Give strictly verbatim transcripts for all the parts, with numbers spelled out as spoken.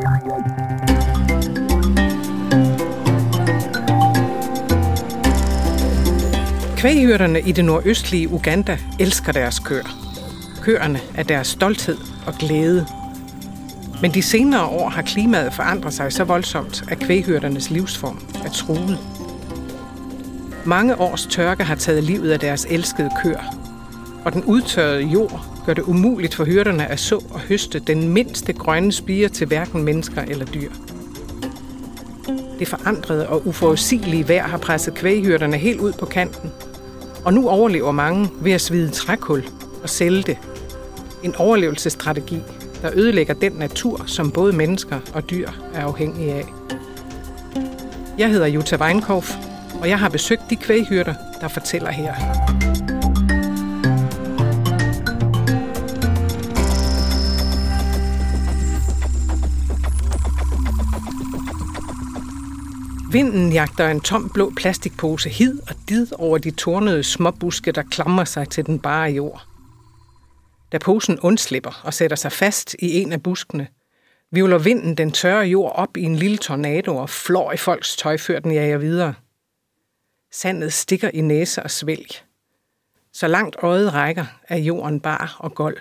Kvæghyrderne i det nordøstlige Uganda elsker deres køer. Køerne er deres stolthed og glæde. Men de senere år har klimaet forandret sig så voldsomt, at kvæghyrdernes livsform er truet. Mange års tørke har taget livet af deres elskede køer, og den udtørrede jord gør det umuligt for hyrderne at så og høste den mindste grønne spire til hverken mennesker eller dyr. Det forandrede og uforudsigelige vejr har presset kvæghyrderne helt ud på kanten, og nu overlever mange ved at svide trækul og sælge det. En overlevelsesstrategi, der ødelægger den natur, som både mennesker og dyr er afhængige af. Jeg hedder Jutta Weinkauf, og jeg har besøgt de kvæghyrder, der fortæller her. Vinden jagter en tom blå plastikpose hid og did over de tornede småbuske, der klamrer sig til den bare jord. Da posen undslipper og sætter sig fast i en af buskene, hvirvler vinden den tørre jord op i en lille tornado og flår i folks tøj, før den jager videre. Sandet stikker i næse og svælg. Så langt øjet rækker, er jorden bar og gold.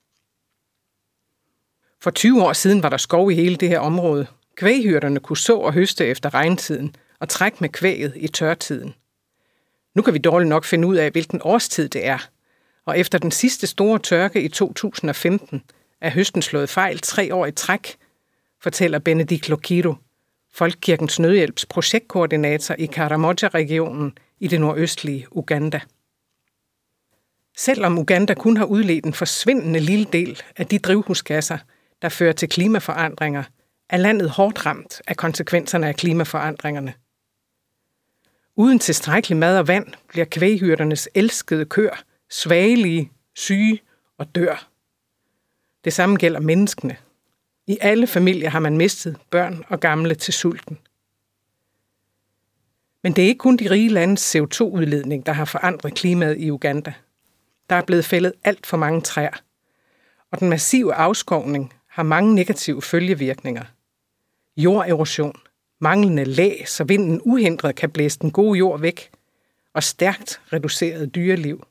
For tyve år siden var der skov i hele det her område. Kvæghyrderne kunne så og høste efter regntiden og trække med kvæget i tørtiden. Nu kan vi dårligt nok finde ud af, hvilken årstid det er. Og efter den sidste store tørke i to tusind og femten er høsten slået fejl tre år i træk, fortæller Benedict Lokiro, Folkekirkens Nødhjælps projektkoordinator i Karamoja-regionen i det nordøstlige Uganda. Selvom Uganda kun har udledt en forsvindende lille del af de drivhusgasser, der fører til klimaforandringer, er landet hårdt ramt af konsekvenserne af klimaforandringerne. Uden tilstrækkelig mad og vand bliver kvæghyrdernes elskede køer svagelige, syge og dør. Det samme gælder menneskene. I alle familier har man mistet børn og gamle til sulten. Men det er ikke kun de rige landes C O to udledning, der har forandret klimaet i Uganda. Der er blevet fældet alt for mange træer, og den massive afskovning har mange negative følgevirkninger. Jorderosion, manglende læ, så vinden uhindret kan blæse den gode jord væk, og stærkt reduceret dyreliv.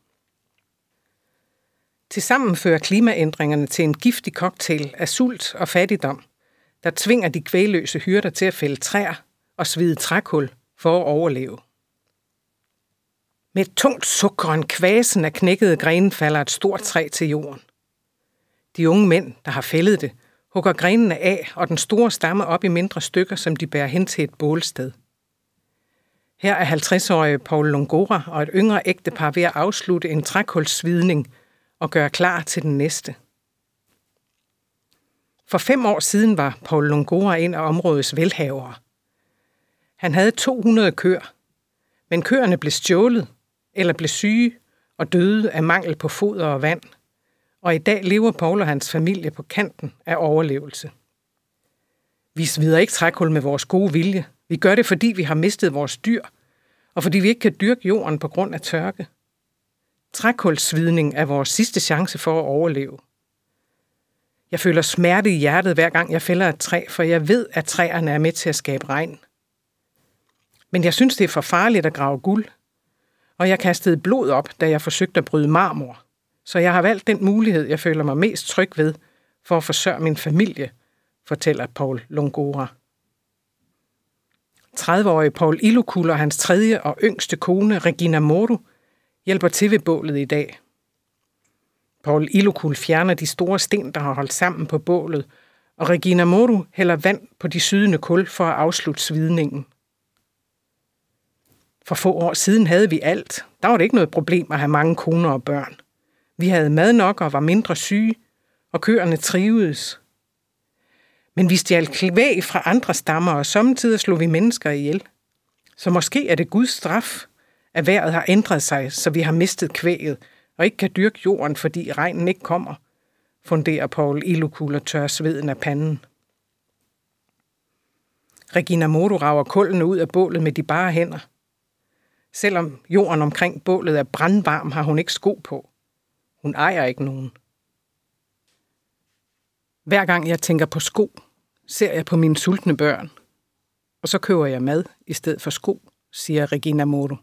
Tilsammen fører klimaændringerne til en giftig cocktail af sult og fattigdom, der tvinger de kvægløse hyrder til at fælde træer og svide trækul for at overleve. Med et tungt suk og en kvasen af knækkede grene falder et stort træ til jorden. De unge mænd, der har fældet det, hugger grenene af og den store stamme op i mindre stykker, som de bærer hen til et bålsted. Her er halvtreds-årige Paul Longora og et yngre ægtepar ved at afslutte en trækulssvidning og gøre klar til den næste. For fem år siden var Paul Longora en af områdets velhavere. Han havde to hundrede køer, men køerne blev stjålet eller blev syge og døde af mangel på foder og vand. Og i dag lever Paul og hans familie på kanten af overlevelse. Vi svider ikke trækul med vores gode vilje. Vi gør det, fordi vi har mistet vores dyr, og fordi vi ikke kan dyrke jorden på grund af tørke. Trækulssvidning er vores sidste chance for at overleve. Jeg føler smerte i hjertet, hver gang jeg fælder et træ, for jeg ved, at træerne er med til at skabe regn. Men jeg synes, det er for farligt at grave guld, og jeg kastede blod op, da jeg forsøgte at bryde marmor. Så jeg har valgt den mulighed, jeg føler mig mest tryg ved, for at forsørge min familie, fortæller Paul Longora. tredive-årige Paul Ilukul og hans tredje og yngste kone, Regina Moru, hjælper til ved bålet i dag. Paul Ilukul fjerner de store sten, der har holdt sammen på bålet, og Regina Moru hælder vand på de sydende kul for at afslutte svidningen. For få år siden havde vi alt. Der var det ikke noget problem at have mange koner og børn. Vi havde mad nok og var mindre syge, og køerne trivedes. Men vi stjal kvæg fra andre stammer, og sommetider slog vi mennesker ihjel. Så måske er det Guds straf, at vejret har ændret sig, så vi har mistet kvæget, og ikke kan dyrke jorden, fordi regnen ikke kommer, funderer Paul Ilukul og tør sveden af panden. Regina Moru rager kullene ud af bålet med de bare hænder. Selvom jorden omkring bålet er brandvarm, har hun ikke sko på. Hun ejer ikke nogen. Hver gang jeg tænker på sko, ser jeg på mine sultne børn, og så køber jeg mad i stedet for sko, siger Regina Moro.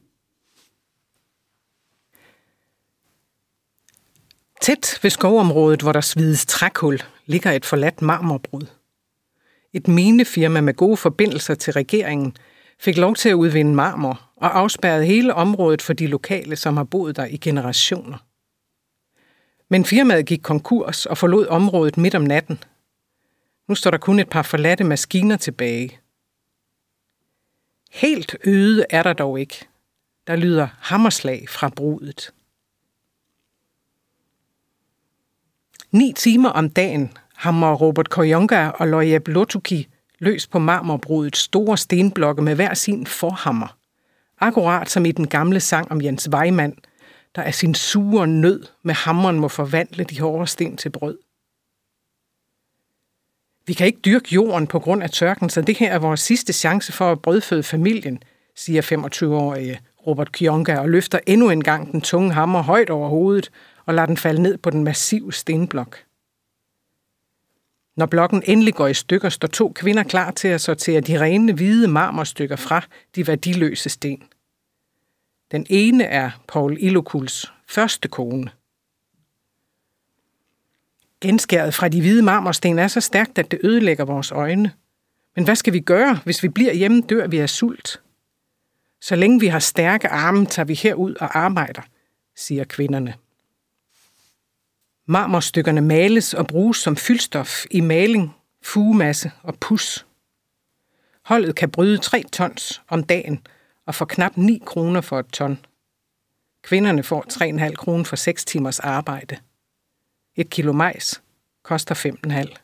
Tæt ved skovområdet, hvor der svides trækul, ligger et forladt marmorbrud. Et minefirma med gode forbindelser til regeringen fik lov til at udvinde marmor og afspærrede hele området for de lokale, som har boet der i generationer. Men firmaet gik konkurs og forlod området midt om natten. Nu står der kun et par forladte maskiner tilbage. Helt øde er der dog ikke. Der lyder hammerslag fra brudet. Ni timer om dagen hamrer Robert Koyonga og Loyeb Lotuki løs på marmorbrudets store stenblokke med hver sin forhammer. Akkurat som i den gamle sang om Jens Vejmand, der af sin sure nød med hammeren må forvandle de hårde sten til brød. Vi kan ikke dyrke jorden på grund af tørken, så det her er vores sidste chance for at brødføde familien, siger femogtyve-årige Robert Koyonga og løfter endnu en gang den tunge hammer højt over hovedet og lader den falde ned på den massive stenblok. Når blokken endelig går i stykker, står to kvinder klar til at sortere de rene hvide marmorstykker fra de værdiløse sten. Den ene er Paul Ilokuls første kone. Genskæret fra de hvide marmorsten er så stærkt, at det ødelægger vores øjne. Men hvad skal vi gøre, hvis vi bliver hjemme, dør vi af sult? Så længe vi har stærke arme, tager vi herud og arbejder, siger kvinderne. Marmorstykkerne males og bruges som fyldstof i maling, fugemasse og pus. Holdet kan bryde tre tons om dagen og får knap ni kroner for et ton. Kvinderne får tre komma fem kroner for seks timers arbejde. Et kilo majs koster fem komma fem.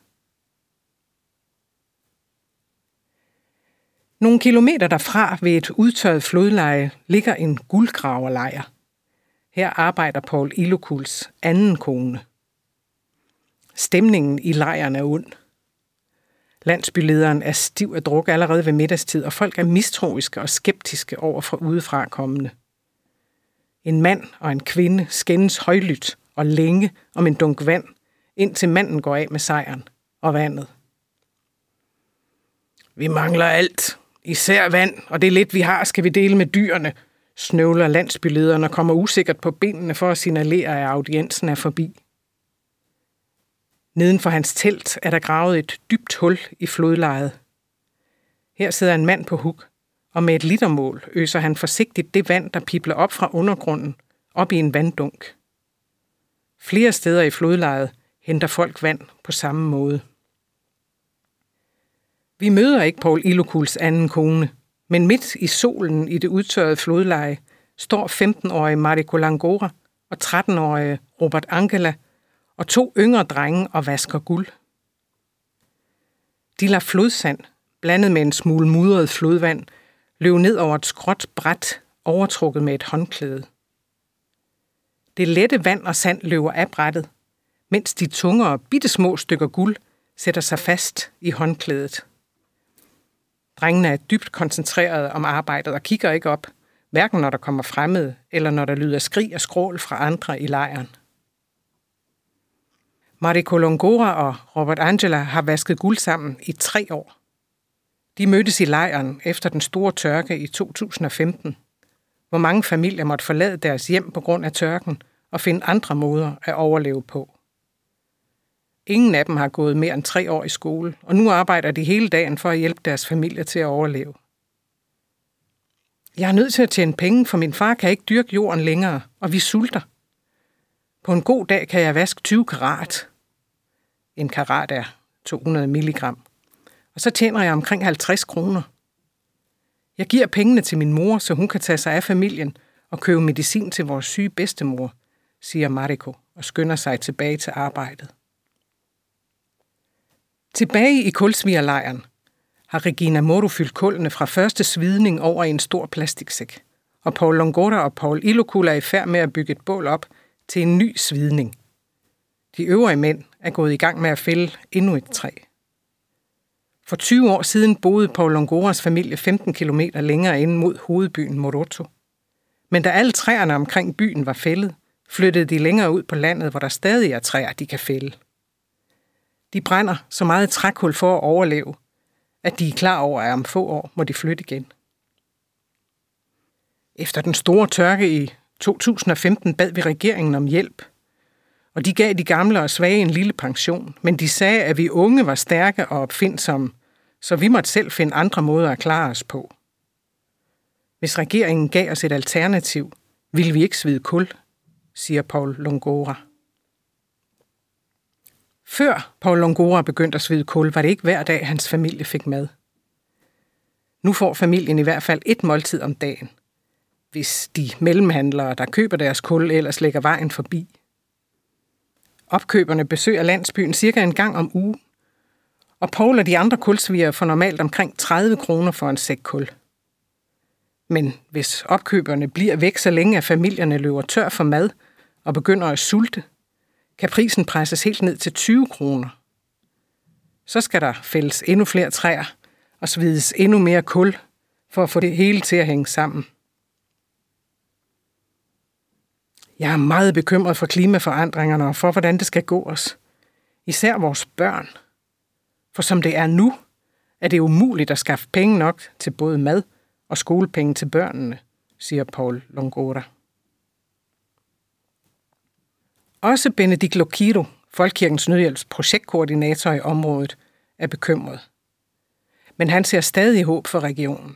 Nogle kilometer derfra ved et udtørret flodleje ligger en guldgraverlejr. Her arbejder Paul Ilokuls anden kone. Stemningen i lejren er ond. Landsbylederen er stiv af druk allerede ved middagstid, og folk er mistroiske og skeptiske over for udefra kommende. En mand og en kvinde skændes højlydt og længe om en dunk vand, indtil manden går af med sejren og vandet. Vi mangler alt, især vand, og det lidt vi har, skal vi dele med dyrene, snøvler landsbylederen og kommer usikkert på benene for at signalere, at audiensen er forbi. Neden for hans telt er der gravet et dybt hul i flodlejet. Her sidder en mand på huk, og med et litermål øser han forsigtigt det vand, der pibler op fra undergrunden, op i en vanddunk. Flere steder i flodlejet henter folk vand på samme måde. Vi møder ikke Paul Ilokuls anden kone, men midt i solen i det udtørrede flodleje står femten-årige Mariko Langora og tretten-årige Robert Angela og to yngre drenge og vasker guld. De lader flodsand, blandet med en smule mudret flodvand, løbe ned over et skråt bræt, overtrukket med et håndklæde. Det lette vand og sand løber af brættet, mens de tungere, bittesmå stykker guld sætter sig fast i håndklædet. Drengene er dybt koncentrerede om arbejdet og kigger ikke op, hverken når der kommer fremmede, eller når der lyder skrig og skrål fra andre i lejren. Mariko Langora og Robert Angela har vasket guld sammen i tre år. De mødtes i lejren efter den store tørke i to tusind og femten, hvor mange familier måtte forlade deres hjem på grund af tørken og finde andre måder at overleve på. Ingen af dem har gået mere end tre år i skole, og nu arbejder de hele dagen for at hjælpe deres familier til at overleve. Jeg er nødt til at tjene penge, for min far kan ikke dyrke jorden længere, og vi sulter. På en god dag kan jeg vaske tyve karat. En karat er to hundrede milligram. Og så tjener jeg omkring halvtreds kroner. Jeg giver pengene til min mor, så hun kan tage sig af familien og købe medicin til vores syge bedstemor, siger Mariko og skynder sig tilbage til arbejdet. Tilbage i kulsvigerlejren har Regina Moro fyldt kullene fra første svidning over i en stor plastiksæk, og Paul Langora og Paul Ilokul er i færd med at bygge et bål op til en ny svidning. De øvrige mænd er gået i gang med at fælde endnu et træ. For tyve år siden boede Paul Langoras familie femten kilometer længere inde mod hovedbyen Moroto. Men da alle træerne omkring byen var fældet, flyttede de længere ud på landet, hvor der stadig er træer, de kan fælde. De brænder så meget trækul for at overleve, at de er klar over, at om få år må de flytte igen. Efter den store tørke i to tusind og femten bad vi regeringen om hjælp, og de gav de gamle og svage en lille pension, men de sagde, at vi unge var stærke og opfindsomme, så vi måtte selv finde andre måder at klare os på. Hvis regeringen gav os et alternativ, ville vi ikke svide kul, siger Paul Longora. Før Paul Longora begyndte at svide kul, var det ikke hver dag, hans familie fik mad. Nu får familien i hvert fald et måltid om dagen, hvis de mellemhandlere, der køber deres kul, ellers lægger vejen forbi. Opkøberne besøger landsbyen cirka en gang om ugen, og Paul og de andre kulsvigere får normalt omkring tredive kroner for en sæk kul. Men hvis opkøberne bliver væk så længe, at familierne løber tør for mad og begynder at sulte, kan prisen presses helt ned til tyve kroner. Så skal der fældes endnu flere træer og svides endnu mere kul for at få det hele til at hænge sammen. Jeg er meget bekymret for klimaforandringerne og for, hvordan det skal gå os. Især vores børn. For som det er nu, er det umuligt at skaffe penge nok til både mad og skolepenge til børnene, siger Paul Longora. Også Benedict Lokido, Folkekirkens Nødhjælps projektkoordinator i området, er bekymret. Men han ser stadig håb for regionen.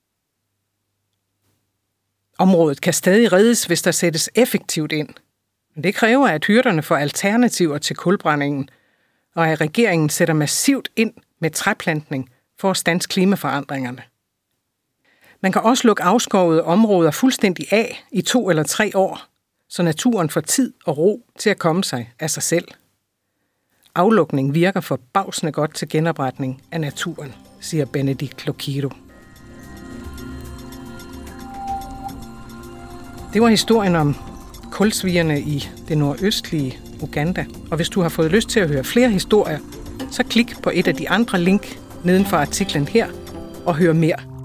Området kan stadig reddes, hvis der sættes effektivt ind. Men det kræver, at hyrderne får alternativer til kulbrændingen, og at regeringen sætter massivt ind med træplantning for at standse klimaforandringerne. Man kan også lukke afskovede områder fuldstændig af i to eller tre år, så naturen får tid og ro til at komme sig af sig selv. Aflukning virker forbavsende godt til genopretning af naturen, siger Benedict Lokido. Det var historien om kulsvigerne i det nordøstlige Uganda. Og hvis du har fået lyst til at høre flere historier, så klik på et af de andre link neden for artiklen her og hør mere